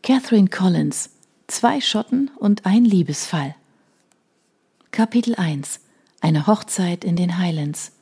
Catherine Collins, 2 Schotten und ein Liebesfall. Kapitel 1: Eine Hochzeit in den Highlands.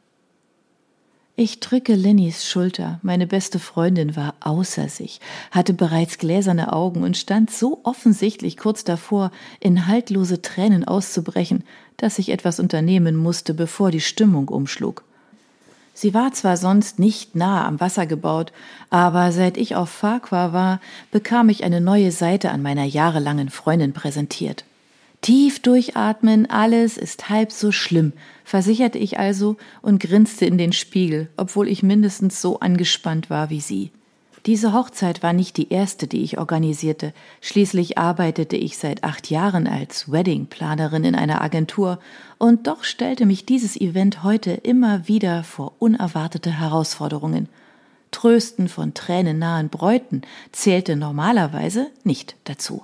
Ich drücke Linnys Schulter. Meine beste Freundin war außer sich, hatte bereits gläserne Augen und stand so offensichtlich kurz davor, in haltlose Tränen auszubrechen, dass ich etwas unternehmen musste, bevor die Stimmung umschlug. Sie war zwar sonst nicht nah am Wasser gebaut, aber seit ich auf Farquhar war, bekam ich eine neue Seite an meiner jahrelangen Freundin präsentiert. Tief durchatmen, alles ist halb so schlimm, versicherte ich also und grinste in den Spiegel, obwohl ich mindestens so angespannt war wie sie. Diese Hochzeit war nicht die erste, die ich organisierte. Schließlich arbeitete ich seit 8 Jahren als Weddingplanerin in einer Agentur und doch stellte mich dieses Event heute immer wieder vor unerwartete Herausforderungen. Trösten von tränennahen Bräuten zählte normalerweise nicht dazu.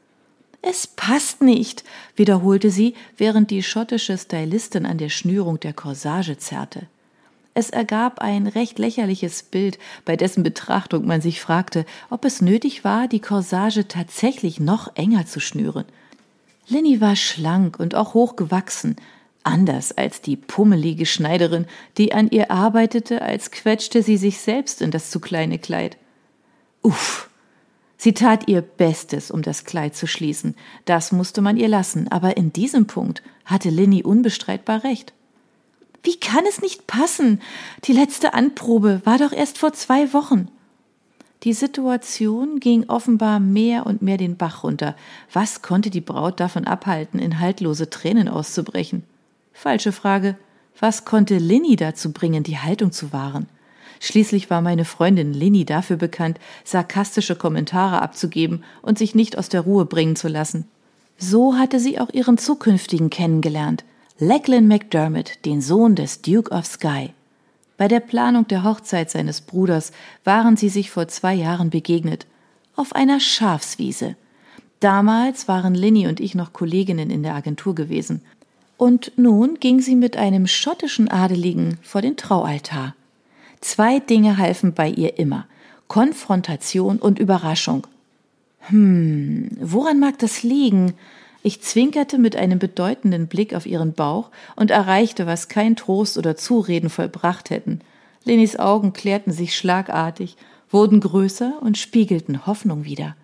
»Es passt nicht«, wiederholte sie, während die schottische Stylistin an der Schnürung der Corsage zerrte. Es ergab ein recht lächerliches Bild, bei dessen Betrachtung man sich fragte, ob es nötig war, die Corsage tatsächlich noch enger zu schnüren. Linny war schlank und auch hochgewachsen, anders als die pummelige Schneiderin, die an ihr arbeitete, als quetschte sie sich selbst in das zu kleine Kleid. Uff! Sie tat ihr Bestes, um das Kleid zu schließen. Das musste man ihr lassen, aber in diesem Punkt hatte Linny unbestreitbar recht. »Wie kann es nicht passen? Die letzte Anprobe war doch erst vor 2 Wochen.« Die Situation ging offenbar mehr und mehr den Bach runter. Was konnte die Braut davon abhalten, in haltlose Tränen auszubrechen? Falsche Frage. Was konnte Linny dazu bringen, die Haltung zu wahren? Schließlich war meine Freundin Linny dafür bekannt, sarkastische Kommentare abzugeben und sich nicht aus der Ruhe bringen zu lassen. So hatte sie auch ihren zukünftigen kennengelernt. Lachlan McDermott, den Sohn des Duke of Skye. Bei der Planung der Hochzeit seines Bruders waren sie sich vor 2 Jahren begegnet. Auf einer Schafswiese. Damals waren Linny und ich noch Kolleginnen in der Agentur gewesen. Und nun ging sie mit einem schottischen Adeligen vor den Traualtar. 2 Dinge halfen bei ihr immer: Konfrontation und Überraschung. Woran mag das liegen? Ich zwinkerte mit einem bedeutenden Blick auf ihren Bauch und erreichte, was kein Trost oder Zureden vollbracht hätten. Linnys Augen klärten sich schlagartig, wurden größer und spiegelten Hoffnung wider.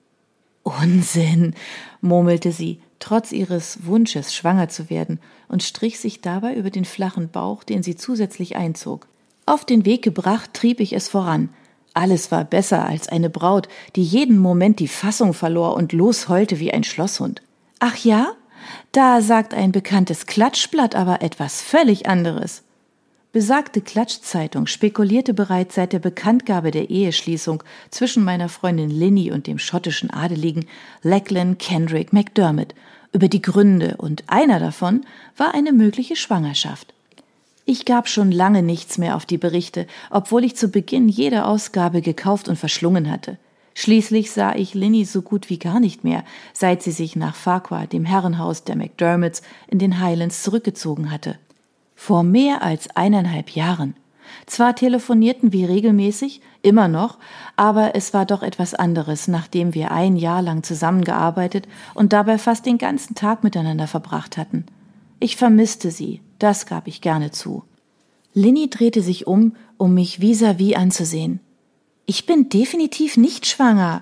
»Unsinn«, murmelte sie, trotz ihres Wunsches, schwanger zu werden, und strich sich dabei über den flachen Bauch, den sie zusätzlich einzog. Auf den Weg gebracht trieb ich es voran. Alles war besser als eine Braut, die jeden Moment die Fassung verlor und losheulte wie ein Schlosshund. Ach ja? Da sagt ein bekanntes Klatschblatt aber etwas völlig anderes. Besagte Klatschzeitung spekulierte bereits seit der Bekanntgabe der Eheschließung zwischen meiner Freundin Linny und dem schottischen Adeligen Lachlan Kendrick McDermott über die Gründe, und einer davon war eine mögliche Schwangerschaft. Ich gab schon lange nichts mehr auf die Berichte, obwohl ich zu Beginn jede Ausgabe gekauft und verschlungen hatte. Schließlich sah ich Linny so gut wie gar nicht mehr, seit sie sich nach Farquhar, dem Herrenhaus der McDermotts in den Highlands, zurückgezogen hatte. Vor mehr als 1,5 Jahren. Zwar telefonierten wir regelmäßig, immer noch, aber es war doch etwas anderes, nachdem wir 1 Jahr lang zusammengearbeitet und dabei fast den ganzen Tag miteinander verbracht hatten. Ich vermisste sie, das gab ich gerne zu. Linny drehte sich um mich vis-à-vis anzusehen. »Ich bin definitiv nicht schwanger.«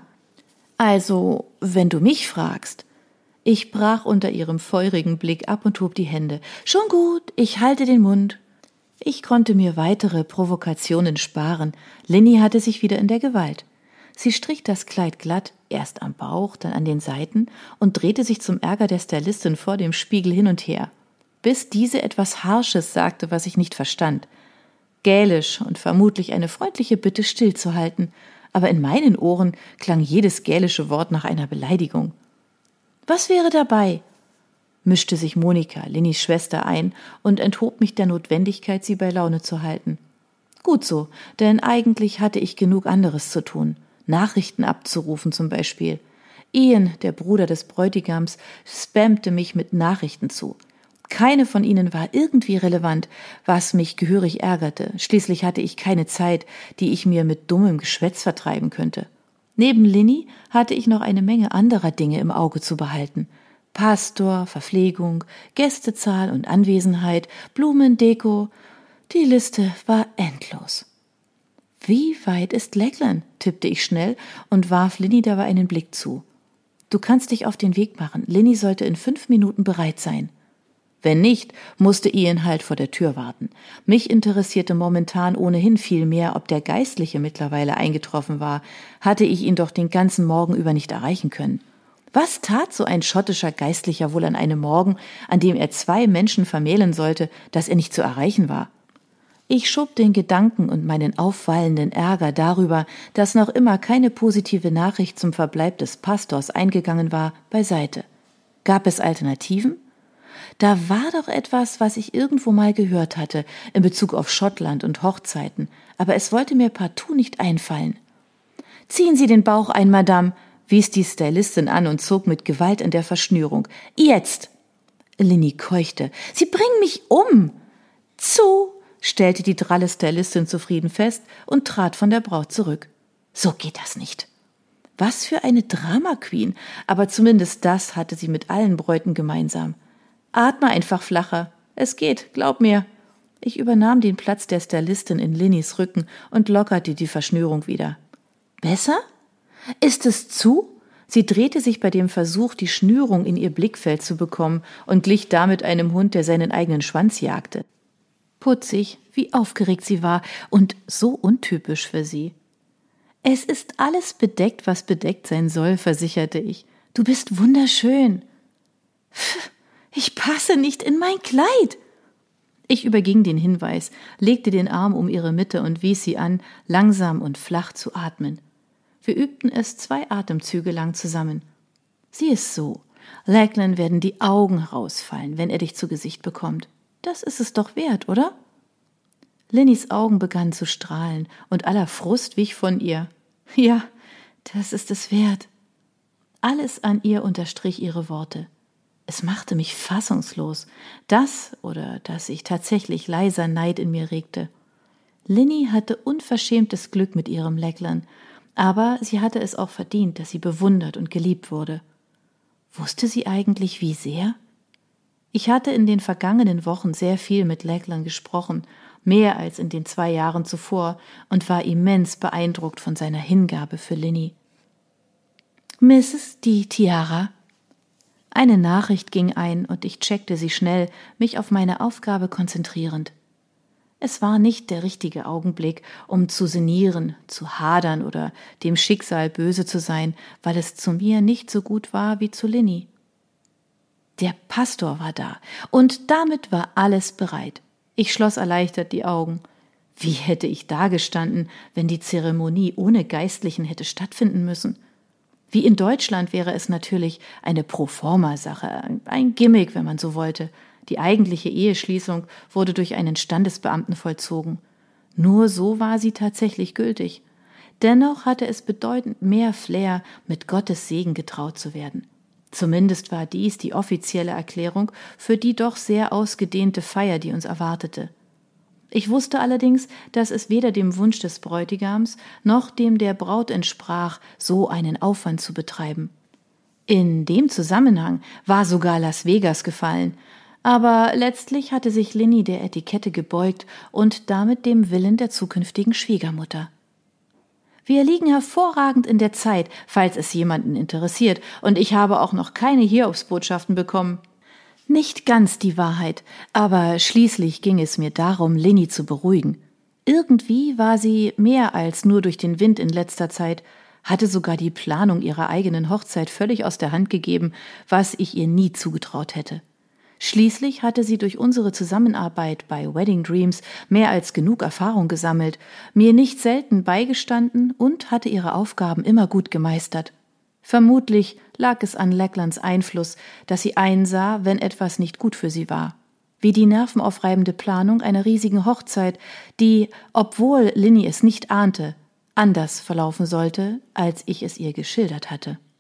»Also, wenn du mich fragst.« Ich brach unter ihrem feurigen Blick ab und hob die Hände. »Schon gut, ich halte den Mund.« Ich konnte mir weitere Provokationen sparen. Linny hatte sich wieder in der Gewalt. Sie strich das Kleid glatt, erst am Bauch, dann an den Seiten, und drehte sich zum Ärger der Stylistin vor dem Spiegel hin und her, bis diese etwas Harsches sagte, was ich nicht verstand. Gälisch und vermutlich eine freundliche Bitte stillzuhalten, aber in meinen Ohren klang jedes gälische Wort nach einer Beleidigung. »Was wäre dabei?« mischte sich Monika, Linnys Schwester, ein und enthob mich der Notwendigkeit, sie bei Laune zu halten. Gut so, denn eigentlich hatte ich genug anderes zu tun. Nachrichten abzurufen zum Beispiel. Ian, der Bruder des Bräutigams, spammte mich mit Nachrichten zu. Keine von ihnen war irgendwie relevant, was mich gehörig ärgerte. Schließlich hatte ich keine Zeit, die ich mir mit dummem Geschwätz vertreiben könnte. Neben Linny hatte ich noch eine Menge anderer Dinge im Auge zu behalten. Pastor, Verpflegung, Gästezahl und Anwesenheit, Blumen, Deko. Die Liste war endlos. »Wie weit ist Lackland?«, tippte ich schnell und warf Linny dabei einen Blick zu. »Du kannst dich auf den Weg machen. Linny sollte in 5 Minuten bereit sein.« Wenn nicht, musste Ian halt vor der Tür warten. Mich interessierte momentan ohnehin viel mehr, ob der Geistliche mittlerweile eingetroffen war. Hatte ich ihn doch den ganzen Morgen über nicht erreichen können. Was tat so ein schottischer Geistlicher wohl an einem Morgen, an dem er 2 Menschen vermählen sollte, dass er nicht zu erreichen war? Ich schob den Gedanken und meinen aufwallenden Ärger darüber, dass noch immer keine positive Nachricht zum Verbleib des Pastors eingegangen war, beiseite. Gab es Alternativen? Da war doch etwas, was ich irgendwo mal gehört hatte, in Bezug auf Schottland und Hochzeiten, aber es wollte mir partout nicht einfallen. »Ziehen Sie den Bauch ein, Madame«, wies die Stylistin an und zog mit Gewalt an der Verschnürung. »Jetzt!« Linny keuchte. »Sie bringen mich um!« »Zu!« stellte die dralle Stylistin zufrieden fest und trat von der Braut zurück. »So geht das nicht.« Was für eine Drama-Queen, aber zumindest das hatte sie mit allen Bräuten gemeinsam. »Atme einfach flacher. Es geht, glaub mir.« Ich übernahm den Platz der Stylistin in Linnys Rücken und lockerte die Verschnürung wieder. »Besser? Ist es zu?« Sie drehte sich bei dem Versuch, die Schnürung in ihr Blickfeld zu bekommen und glich damit einem Hund, der seinen eigenen Schwanz jagte. Putzig, wie aufgeregt sie war und so untypisch für sie. »Es ist alles bedeckt, was bedeckt sein soll«, versicherte ich. »Du bist wunderschön.« »Pff, ich passe nicht in mein Kleid.« Ich überging den Hinweis, legte den Arm um ihre Mitte und wies sie an, langsam und flach zu atmen. Wir übten es 2 Atemzüge lang zusammen. »Sieh es so. Lackland werden die Augen rausfallen, wenn er dich zu Gesicht bekommt. Das ist es doch wert, oder?« Linnys Augen begannen zu strahlen und aller Frust wich von ihr. »Ja, das ist es wert.« Alles an ihr unterstrich ihre Worte. Es machte mich fassungslos, dass ich tatsächlich leiser Neid in mir regte. Linny hatte unverschämtes Glück mit ihrem Lackland, aber sie hatte es auch verdient, dass sie bewundert und geliebt wurde. Wusste sie eigentlich, wie sehr? Ich hatte in den vergangenen Wochen sehr viel mit Lackland gesprochen, mehr als in den 2 Jahren zuvor, und war immens beeindruckt von seiner Hingabe für Linny. »Mrs. die Tiara?« Eine Nachricht ging ein und ich checkte sie schnell, mich auf meine Aufgabe konzentrierend. Es war nicht der richtige Augenblick, um zu sinnieren, zu hadern oder dem Schicksal böse zu sein, weil es zu mir nicht so gut war wie zu Linny. Der Pastor war da und damit war alles bereit. Ich schloss erleichtert die Augen. Wie hätte ich dagestanden, wenn die Zeremonie ohne Geistlichen hätte stattfinden müssen? Wie in Deutschland wäre es natürlich eine Proforma-Sache, ein Gimmick, wenn man so wollte. Die eigentliche Eheschließung wurde durch einen Standesbeamten vollzogen. Nur so war sie tatsächlich gültig. Dennoch hatte es bedeutend mehr Flair, mit Gottes Segen getraut zu werden. Zumindest war dies die offizielle Erklärung für die doch sehr ausgedehnte Feier, die uns erwartete. Ich wusste allerdings, dass es weder dem Wunsch des Bräutigams noch dem der Braut entsprach, so einen Aufwand zu betreiben. In dem Zusammenhang war sogar Las Vegas gefallen, aber letztlich hatte sich Linny der Etikette gebeugt und damit dem Willen der zukünftigen Schwiegermutter. Wir liegen hervorragend in der Zeit, falls es jemanden interessiert, und ich habe auch noch keine Hiobsbotschaften bekommen. Nicht ganz die Wahrheit, aber schließlich ging es mir darum, Linny zu beruhigen. Irgendwie war sie mehr als nur durch den Wind in letzter Zeit, hatte sogar die Planung ihrer eigenen Hochzeit völlig aus der Hand gegeben, was ich ihr nie zugetraut hätte. Schließlich hatte sie durch unsere Zusammenarbeit bei Wedding Dreams mehr als genug Erfahrung gesammelt, mir nicht selten beigestanden und hatte ihre Aufgaben immer gut gemeistert. Vermutlich lag es an Lacklands Einfluss, dass sie einsah, wenn etwas nicht gut für sie war. Wie die nervenaufreibende Planung einer riesigen Hochzeit, die, obwohl Linny es nicht ahnte, anders verlaufen sollte, als ich es ihr geschildert hatte.